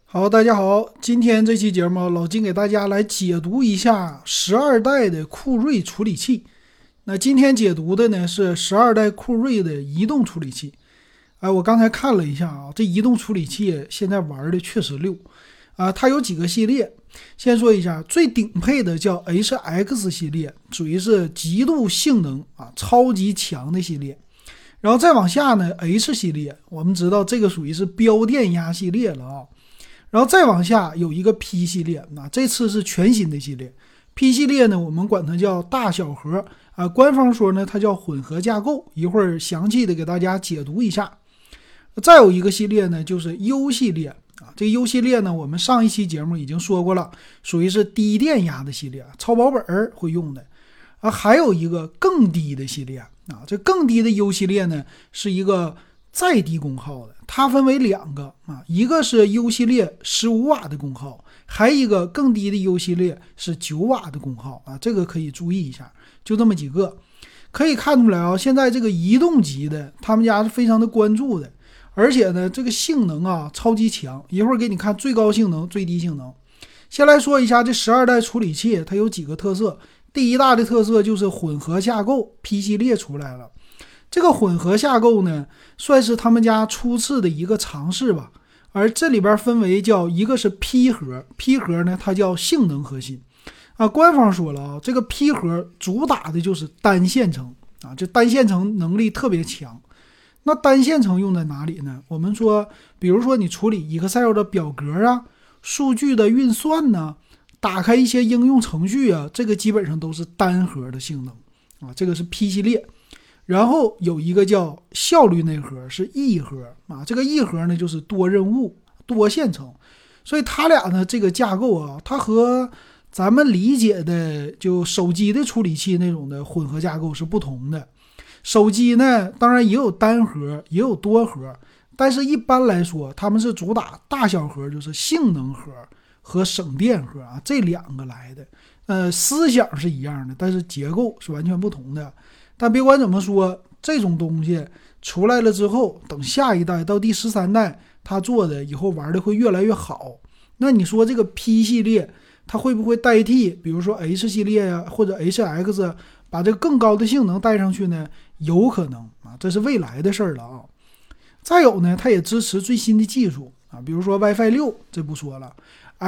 好，大家好，今天这期节目老金给大家来解读一下12代的酷睿处理器。那今天解读的呢是12代酷睿的移动处理器。我刚才看了一下啊，这移动处理器现在玩的确实溜啊。它有几个系列，先说一下最顶配的叫 HX 系列，属于是极度性能超级强的系列。然后再往下呢 H 系列，我们知道这个属于是标电压系列了啊。然后再往下有一个 P 系列，这次是全新的系列。P 系列呢，我们管它叫大小核官方说呢它叫混合架构，一会儿详细的给大家解读一下。再有一个系列呢，就是 U 系列这个 U 系列呢，我们上一期节目已经说过了，属于是低电压的系列，超薄本会用的还有一个更低的系列这更低的 U 系列呢，是一个再低功耗的，它分为两个一个是 U 系列15瓦的功耗，还一个更低的 U 系列是9瓦的功耗这个可以注意一下，就这么几个。可以看出来现在这个移动级的他们家是非常的关注的，而且呢这个性能超级强，一会儿给你看最高性能最低性能。先来说一下这12代处理器它有几个特色。第一大的特色就是混合架构 P 系列出来了。这个混合架构呢，算是他们家初次的一个尝试吧。而这里边分为叫一个是 P 核 ，P 核呢它叫性能核心官方说了这个 P 核主打的就是单线程这单线程能力特别强。那单线程用在哪里呢？我们说，比如说你处理 Excel 的表格数据的运算打开一些应用程序这个基本上都是单核的性能这个是 P 系列。然后有一个叫效率内核，是 E 核这个 E 核呢就是多任务多线程。所以它俩呢这个架构它和咱们理解的就手机的处理器那种的混合架构是不同的。手机呢当然也有单核也有多核，但是一般来说他们是主打大小核，就是性能核和省电核这两个来的。思想是一样的，但是结构是完全不同的。但别管怎么说，这种东西出来了之后，等下一代到第13代它做的以后玩的会越来越好。那你说这个 P 系列它会不会代替比如说 H 系列或者 HX 把这个更高的性能带上去呢？有可能这是未来的事儿了再有呢，它也支持最新的技术比如说 WiFi 6，这不说了，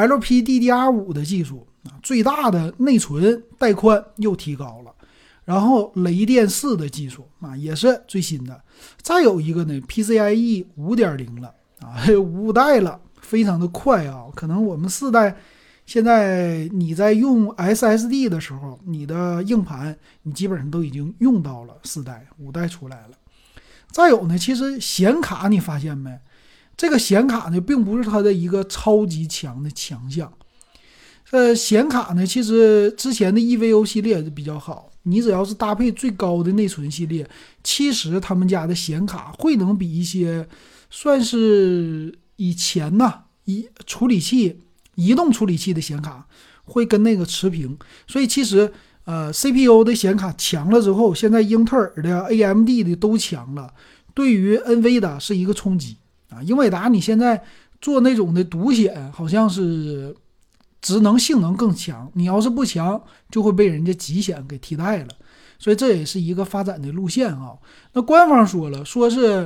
LPDDR5 的技术最大的内存带宽又提高了。然后雷电4的技术也是最新的。再有一个呢 PCIe 5.0 了5代了，非常的快可能我们4代现在你在用 SSD 的时候，你的硬盘你基本上都已经用到了4代5代出来了。再有呢，其实显卡你发现没，这个显卡呢并不是它的一个超级强的强项。显卡呢其实之前的 EVO 系列是比较好，你只要是搭配最高的内存系列，其实他们家的显卡会能比一些算是以前处理器移动处理器的显卡会跟那个持平。所以其实CPU 的显卡强了之后，现在英特尔的 AMD 的都强了，对于 NVIDIA 是一个冲击英伟达你现在做那种的独显好像是职能性能更强，你要是不强就会被人家极显给替代了。所以这也是一个发展的路线那官方说了，说是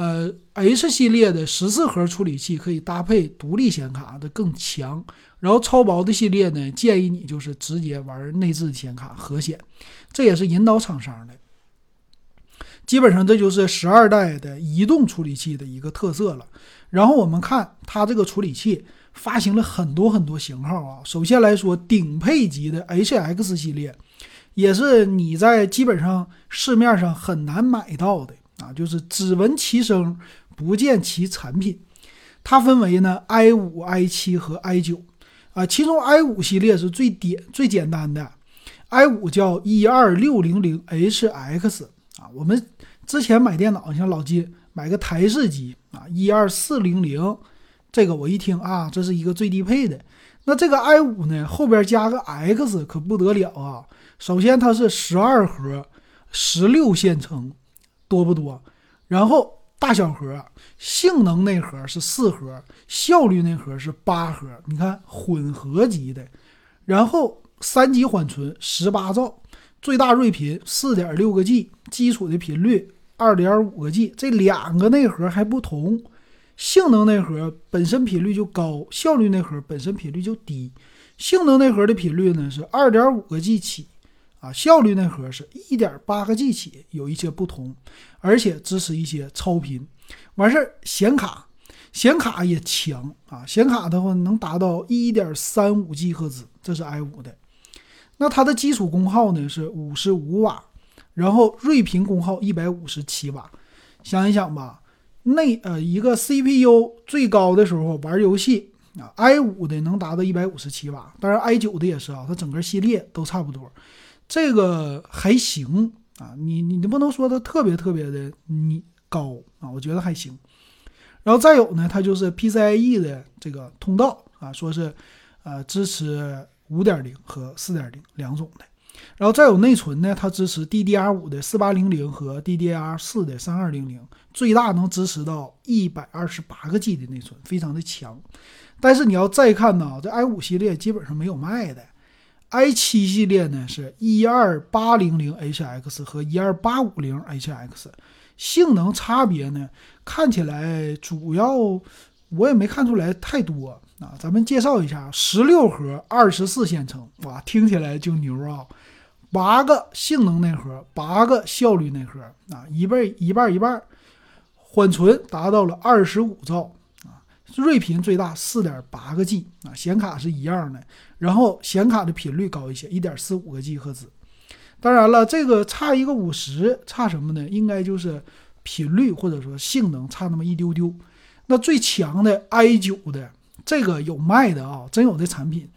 H 系列的14核处理器可以搭配独立显卡的更强，然后超薄的系列呢建议你就是直接玩内置显卡核显，这也是引导厂商的。基本上这就是12代的移动处理器的一个特色了。然后我们看它这个处理器发行了很多很多型号首先来说，顶配级的 HX 系列也是你在基本上市面上很难买到的就是只闻其声不见其产品。它分为呢 i5、i7 和 i9其中 i5 系列是最简单的， i5 叫 12600HX我们之前买电脑像老金买个台式机12400，这个我一听这是一个最低配的。那这个 i5 呢后边加个 X 可不得了首先它是12核16线程，多不多？然后大小核，性能内核是4核，效率内核是8核，你看混合级的。然后3级缓存18兆，最大睿频 4.6 个 G， 基础的频率 2.5 个 G， 这2个内核还不同。性能内核本身频率就高，效率内核本身频率就低。性能内核的频率呢是 2.5 个 G 起效率内核是 1.8 个 G 起，有一些不同，而且支持一些超频。完事儿，显卡也强显卡的话能达到 1.35 吉赫兹，这是 i5 的。那它的基础功耗呢是55瓦，然后睿频功耗157瓦。想一想吧，一个 CPU 最高的时候玩游戏i5 的能达到157瓦，当然 i9 的也是它整个系列都差不多，这个还行你不能说它特别的高我觉得还行。然后再有呢，它就是 PCIe 的这个通道说是支持 5.0 和 4.0 两种的。然后再有内存呢，它支持 DDR5 的4800和 DDR4 的3200，最大能支持到128个 G 的内存，非常的强。但是你要再看呢，这 i5 系列基本上没有卖的。i7 系列呢是 12800HX 和 12850HX， 性能差别呢看起来主要我也没看出来太多咱们介绍一下，16核24线程，哇，听起来就牛8个性能内核，8个效率内核一半，缓存达到了25兆睿频最大 4.8 个 G 显卡是一样的，然后显卡的频率高一些 1.45 个 G 赫兹。当然了，这个差一个50，差什么呢？应该就是频率或者说性能差那么一丢丢。那最强的 i9 的这个有卖的真有这产品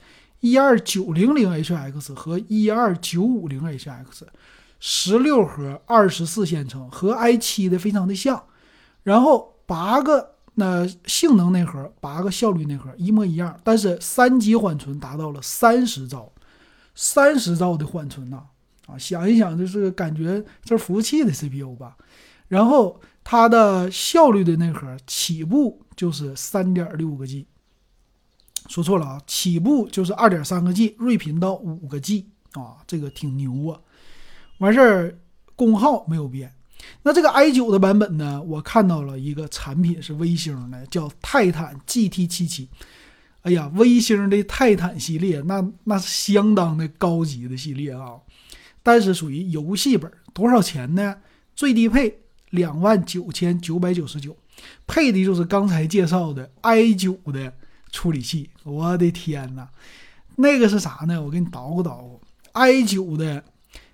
12900HX 和 12950HX， 16核24线程，和 i7 的非常的像。然后8个性能内核，8个效率内核一模一样，但是3级缓存达到了30兆的缓存想一想就是感觉这服务器的 CPU 吧。然后它的效率的内核起步就是 3.6 个 G， 说错了起步就是 2.3 个 G， 睿频到5个 G 这个挺牛完事儿功耗没有变。那这个 i9 的版本呢，我看到了一个产品是微星的，叫泰坦 GT77。哎呀，微星的泰坦系列那是相当的高级的系列但是属于游戏本。多少钱呢？最低配29999，配的就是刚才介绍的 i9 的处理器。我的天哪，那个是啥呢？我给你捣鼓i9 的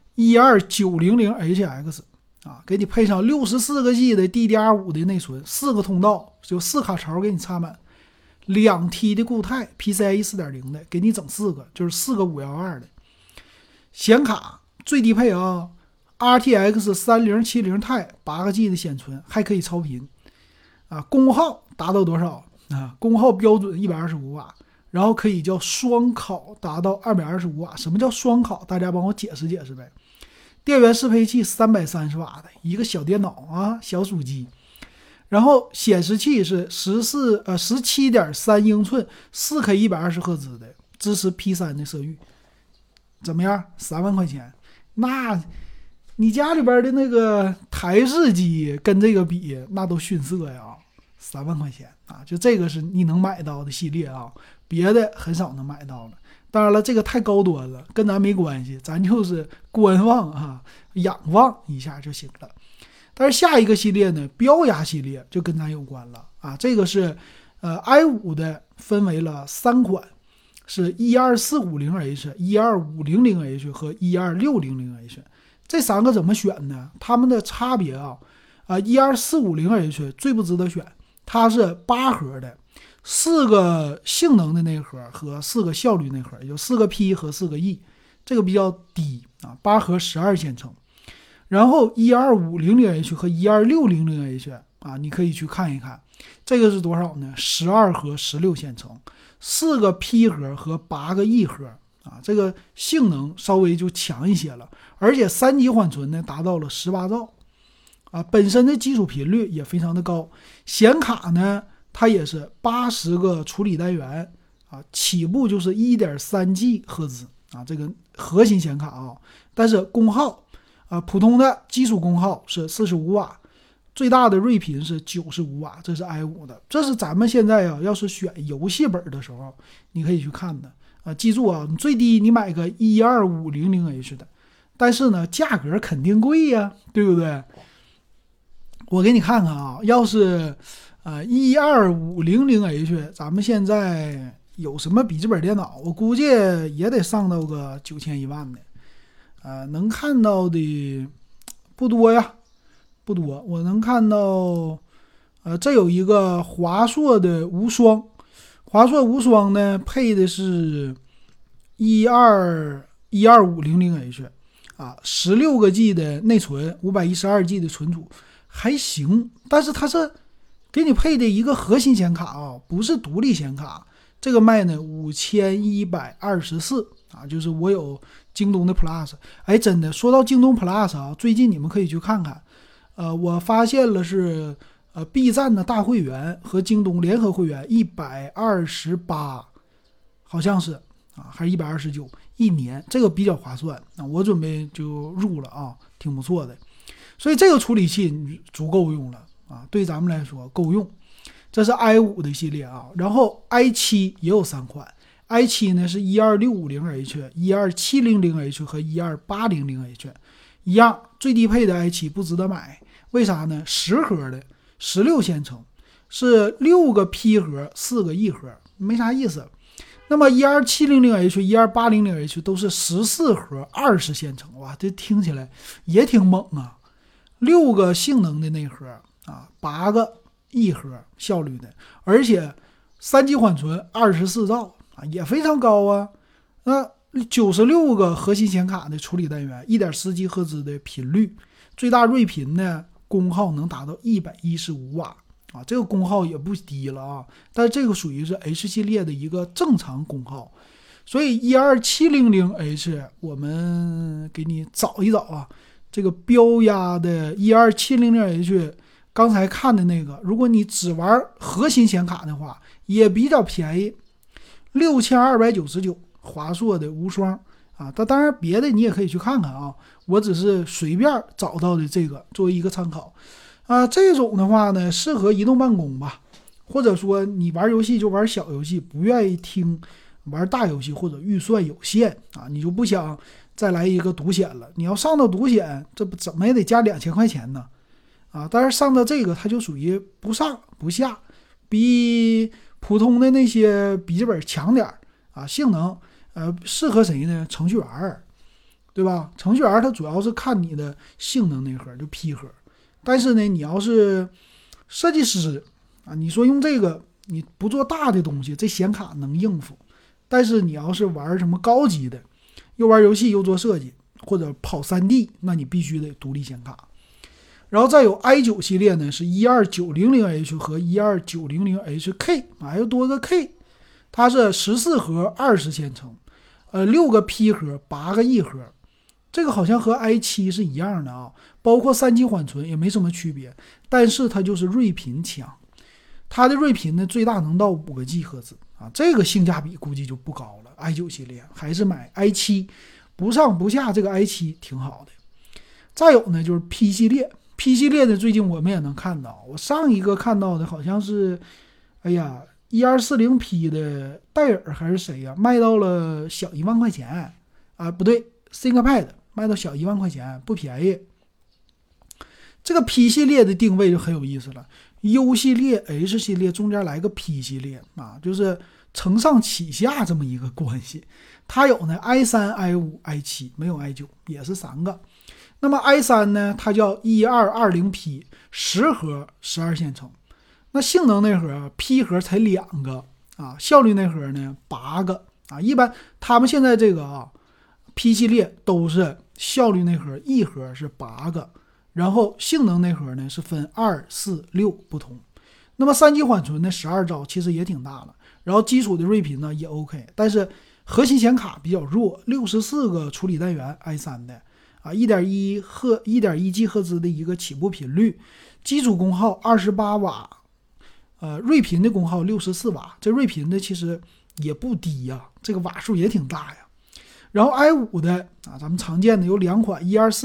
12900HX给你配上64个 G 的 DDR5 的内存，4个通道，就4卡槽给你插满，2T 的固态 PCIe 4.0 的，给你整4个，就是4个512的。显卡最低配RTX 3070 Ti 8个 G 的显存，还可以超频功耗达到多少功耗标准125瓦，然后可以叫双烤达到225瓦。什么叫双烤？大家帮我解释解释呗。电源适配器330瓦的一个小电脑小主机，然后显示器是17.3英寸 4K 120赫兹的，支持 P3 的色域。怎么样？3万块钱，那你家里边的那个台式机跟这个比，那都逊色呀！3万块钱就这个是你能买到的系列别的很少能买到了。当然了，这个太高端了，跟咱没关系，咱就是观望仰望一下就行了。但是下一个系列呢，标压系列就跟咱有关了这个是i5 的分为了3款，是 12450H、 12500H 和 12600H。 这3个怎么选呢？它们的差别12450H 最不值得选，它是8核的，4个性能的内核和4个效率内核，有4个 P 和4个 E， 这个比较低8核12线程。然后 12500H 和 12600H 你可以去看一看，这个是多少呢？12核16线程，4个 P 核和8个 E 核这个性能稍微就强一些了，而且3级缓存呢达到了18兆本身的基础频率也非常的高。显卡呢，它也是80个处理单元起步就是 1.3G 赫兹这个核心显卡但是功耗普通的基础功耗是45瓦，最大的睿频是95瓦，这是 i5 的。这是咱们现在要是选游戏本的时候你可以去看的记住你最低你买个12500H 的，但是呢价格肯定贵呀，对不对？我给你看看要是12500H 咱们现在有什么笔记本电脑，我估计也得上到个9000、10000的能看到的不多呀，不多。我能看到这有一个华硕的无双，华硕无双呢配的是12500H 16个 G 的内存，512 G 的存储还行，但是它是给你配的一个核心显卡不是独立显卡。这个卖呢5124就是我有京东的 Plus。 真的说到京东 Plus 最近你们可以去看看我发现了是B 站的大会员和京东联合会员128，好像是还是129一年，这个比较划算我准备就入了挺不错的。所以这个处理器足够用了对咱们来说够用。这是 i5 的系列然后 i7 也有3款。i7 呢是 12650H、12700H 和 12800H， 一样最低配的 i7 不值得买，为啥呢？10核的16线程，是6个 P 核4个 E 核，没啥意思。那么 12700H、12800H 都是14核20线程，哇，这听起来也挺猛6个性能的内核8个 E 核效率的，而且3G 缓存24兆也非常高那96个核心显卡的处理单元， 1.4G 赫兹的频率，最大睿频呢功耗能达到115瓦这个功耗也不低了但是这个属于是 H 系列的一个正常功耗。所以 12700H 我们给你找一找这个标压的 12700H， 刚才看的那个，如果你只玩核心显卡的话也比较便宜，6299华硕的无双当然别的你也可以去看看我只是随便找到的这个作为一个参考这种的话呢适合移动办公吧，或者说你玩游戏就玩小游戏，不愿意听玩大游戏，或者预算有限你就不想再来一个独显了，你要上到独显这不怎么也得加2000块钱呢但是上到这个它就属于不上不下，比普通的那些笔记本强点性能适合谁呢？程序员对吧？程序员它主要是看你的性能内核，就 P 核。但是呢你要是设计师你说用这个你不做大的东西，这显卡能应付，但是你要是玩什么高级的，又玩游戏又做设计或者跑 3D， 那你必须得独立显卡。然后再有 i9 系列呢是 12900H 和 12900HK 又多个 K， 它是14核20线程6个 P 核8个 E 核，这个好像和 i7 是一样的包括3G 缓存也没什么区别，但是它就是睿频强，它的睿频呢最大能到5个 G 赫兹这个性价比估计就不高了。i9 系列还是买 i7， 不上不下，这个 i7 挺好的。再有呢就是 P 系列的最近我们也能看到，我上一个看到的好像是1240P 的戴尔还是谁卖到了小1万块钱不对 ThinkPad 卖到小1万块钱，不便宜。这个 P 系列的定位就很有意思了， U 系列 H 系列中间来个 P 系列就是承上启下这么一个关系。它有呢 i3 i5 i7， 没有 i9， 也是3个。那么 i3 呢它叫 1220P 10核12线程，那性能内核 P 核才2个效率内核呢8个一般他们现在这个P 系列都是效率内核 E 核是8个，然后性能内核呢是分2、4、6不同。那么 3G 缓存呢12兆其实也挺大了，然后基础的睿频呢也 OK， 但是核心显卡比较弱，64个处理单元 i3 的啊，1.1 吉赫兹的一个起步频率，基础功耗28瓦，睿频的功耗64瓦，这睿频的其实也不低呀，这个瓦数也挺大呀。然后 i5 的啊，咱们常见的有两款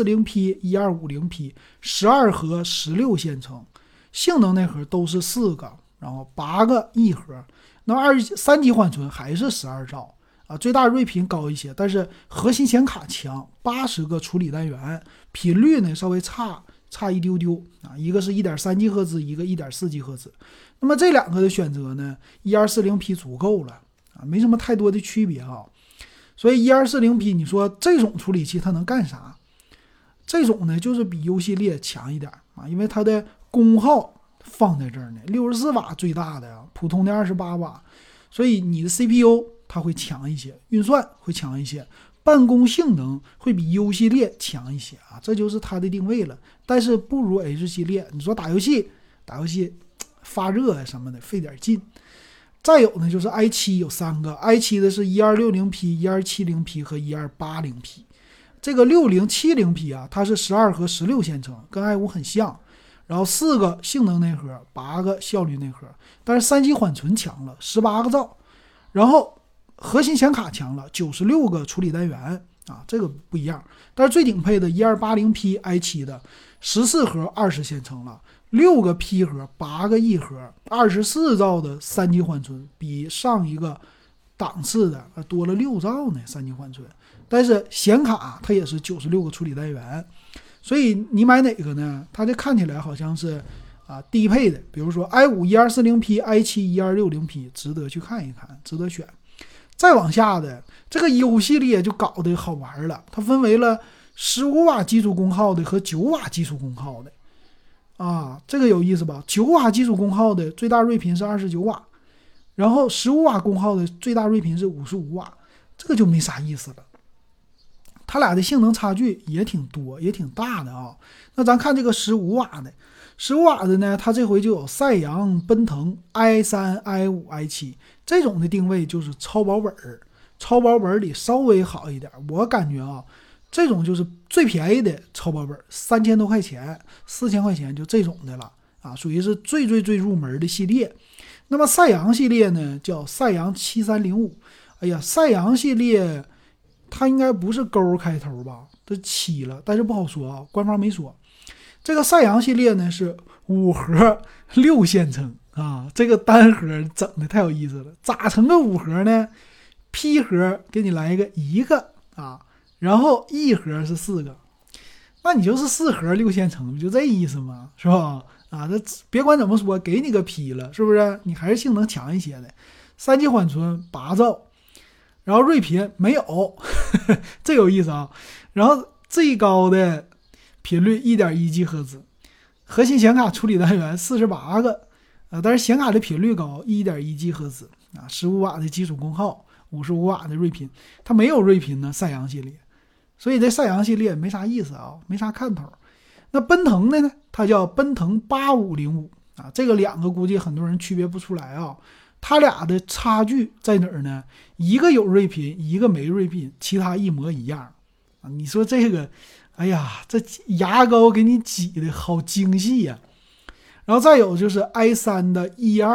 1240P、1250P，12核16线程，性能内核都是4个，然后8个 E 核，那3级缓存还是12兆啊，最大睿频高一些，但是核心显卡强，80个处理单元，频率呢稍微差一丢丢啊，一个是 1.3 吉赫兹，一个 1.4 吉赫兹。那么这两个的选择呢 1240P 足够了啊，没什么太多的区别啊。所以 1240P 你说这种处理器它能干啥？这种呢就是比 U 系列强一点啊，因为它的功耗放在这儿呢，64瓦最大的呀，普通的28瓦，所以你的 CPU 它会强一些，运算会强一些，办公性能会比 U 系列强一些啊，这就是它的定位了。但是不如 H 系列，你说打游戏发热啊什么的费点劲。再有呢，就是 i7 有3个 ，i7 的是 1260P、1270P 和 1280P。这个 6070P 啊，它是12核16线程，跟 i5 很像。然后4个性能内核，8个效率内核，但是3级缓存强了，18个兆。然后核心显卡强了，96个处理单元啊，这个不一样。但是最顶配的 1280P i7 的14核20线程了。6个 P 核，8个 E 核，24兆的3级缓存，比上一个档次的多了6兆呢，3级缓存。但是显卡它也是96个处理单元，所以你买哪个呢？它这看起来好像是低配的，比如说 i5 1240P、i7 1260P， 值得去看一看，值得选。再往下的这个 U 系列就搞得好玩了，它分为了15瓦基础功耗的和9瓦基础功耗的。啊，这个有意思吧？9瓦基础功耗的最大睿频是29瓦，然后15瓦功耗的最大睿频是55瓦，这个就没啥意思了。它俩的性能差距也挺多，也挺大的啊。那咱看这个15瓦的呢，它这回就有赛扬、奔腾、i3、i5、i7 这种的定位，就是超薄本里稍微好一点。我感觉啊。这种就是最便宜的超薄本，3000多块钱，4000块钱就这种的了啊，属于是最入门的系列。那么赛扬系列呢，叫赛扬7305。哎呀，赛扬系列它应该不是勾开头吧？这7了，但是不好说啊，官方没说。这个赛扬系列呢是5核6线程啊，这个单核整的太有意思了。咋成个5核呢 ？P 核给你来一个啊。然后 E 核是4个，那你就是4核6线程，就这意思嘛，是吧？啊，这别管怎么说，给你个 P 了，是不是？你还是性能强一些的。3级缓存8兆，然后睿频没有，这有意思啊。然后最高的频率 1.1 吉赫兹，核心显卡处理单元48个，但是显卡的频率高 1.1 吉赫兹啊，15瓦的基础功耗，55瓦的睿频，它没有睿频呢，赛扬系列。所以这赛扬系列没啥意思啊，没啥看头。那奔腾的呢？它叫奔腾8505啊，这个两个估计很多人区别不出来啊。它俩的差距在哪儿呢？一个有睿频，一个没睿频，其他一模一样啊。你说这个，哎呀，这牙膏给你挤的好精细呀。然后再有就是 i3 的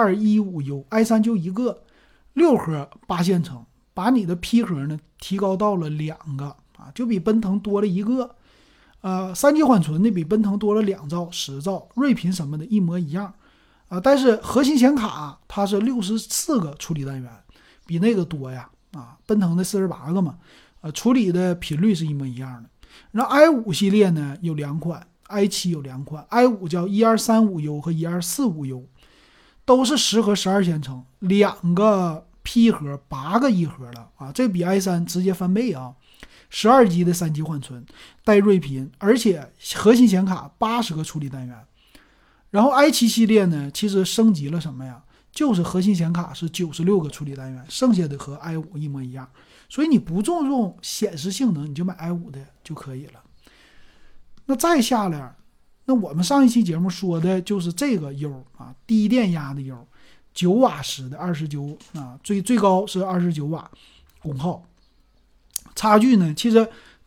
1215U，i3 就一个6核8线程，把你的 P 核呢提高到了2个。就比奔腾多了一个，3级缓存的比奔腾多了2兆10兆，睿频什么的一模一样但是核心显卡它是64个处理单元，比那个多呀奔腾的48个嘛，处理的频率是一模一样的。然后 i5 系列呢有2款 ，i7 有2款 ，i5 叫 1235U 和 1245U， 都是10核12线程，2个 P 核8个 E 核了啊，这比 i3 直接翻倍啊。12级的3级缓存，带睿频，而且核心显卡80个处理单元。然后 i7 系列呢，其实升级了什么呀？就是核心显卡是96个处理单元，剩下的和 i5 一模一样。所以你不注重显示性能，你就买 i5 的就可以了。那再下来，那我们上一期节目说的就是这个 U 啊，低电压的 U， 9瓦时的29最高是29瓦功耗。差距呢，其实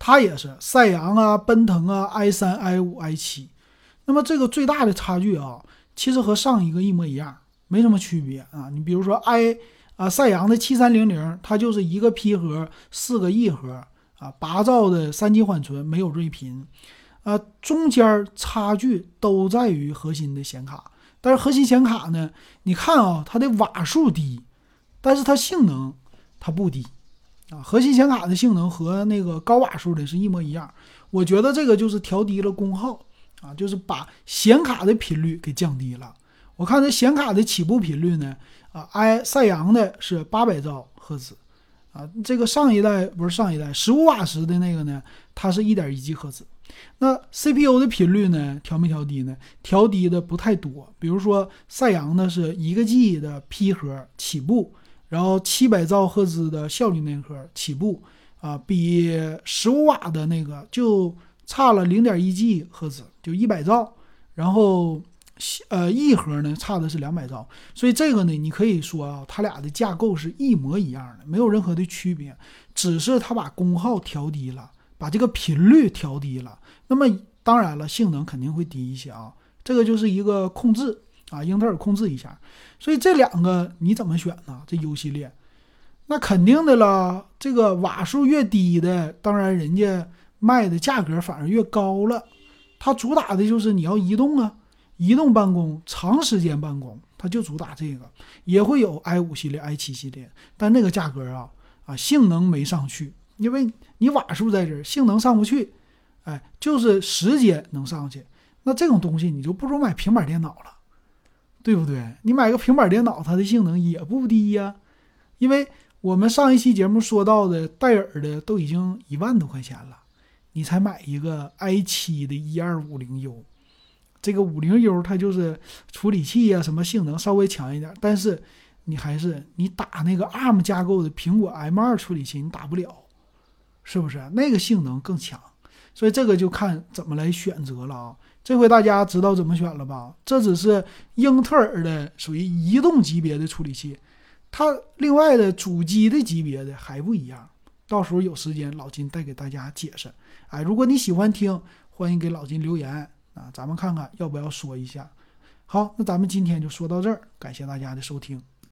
它也是赛扬啊、奔腾啊、i3、i5、i7。那么这个最大的差距啊，其实和上一个一模一样，没什么区别啊。你比如说赛扬的7300，它就是一个 P 核4个 E 核啊，8兆的3G 缓存，没有睿频。中间差距都在于核心的显卡，但是核心显卡呢，你看啊，它的瓦数低，但是它性能它不低啊。核心显卡的性能和那个高瓦数的是一模一样，我觉得这个就是调低了功耗啊，就是把显卡的频率给降低了。我看这显卡的起步频率呢，赛扬的是800兆赫兹啊，这个上一代不是上一代15瓦时的那个呢，它是 1.1G 赫兹。那 CPU 的频率呢，调没调低呢？调低的不太多。比如说赛扬的是1个 G 的 P 核起步，然后700兆赫兹的效率内核起步啊，比15瓦的那个就差了 0.1G 赫兹，就100兆。然后E 核呢差的是200兆，所以这个呢，你可以说啊，它俩的架构是一模一样的，没有任何的区别，只是它把功耗调低了，把这个频率调低了。那么当然了，性能肯定会低一些啊，这个就是一个控制啊，英特尔控制一下。所以这两个你怎么选呢？这 U 系列，那肯定的了，这个瓦数越低的，当然人家卖的价格反而越高了。它主打的就是你要移动啊，移动办公、长时间办公，它就主打这个。也会有 i5 系列、i7 系列，但那个价格性能没上去，因为你瓦数在这儿，性能上不去。就是时间能上去，那这种东西你就不如买平板电脑了，对不对？你买个平板电脑，它的性能也不低呀。因为我们上一期节目说到的戴尔的都已经1万多块钱了，你才买一个 i7 的 1250U， 这个 50U 它就是处理器什么性能稍微强一点，但是你打那个 ARM 架构的苹果 M2 处理器你打不了，是不是？那个性能更强。所以这个就看怎么来选择了啊！这回大家知道怎么选了吧？这只是英特尔的属于移动级别的处理器，它另外的主机的级别的还不一样。到时候有时间老金带给大家解释。如果你喜欢听，欢迎给老金留言啊，咱们看看要不要说一下。好，那咱们今天就说到这儿，感谢大家的收听。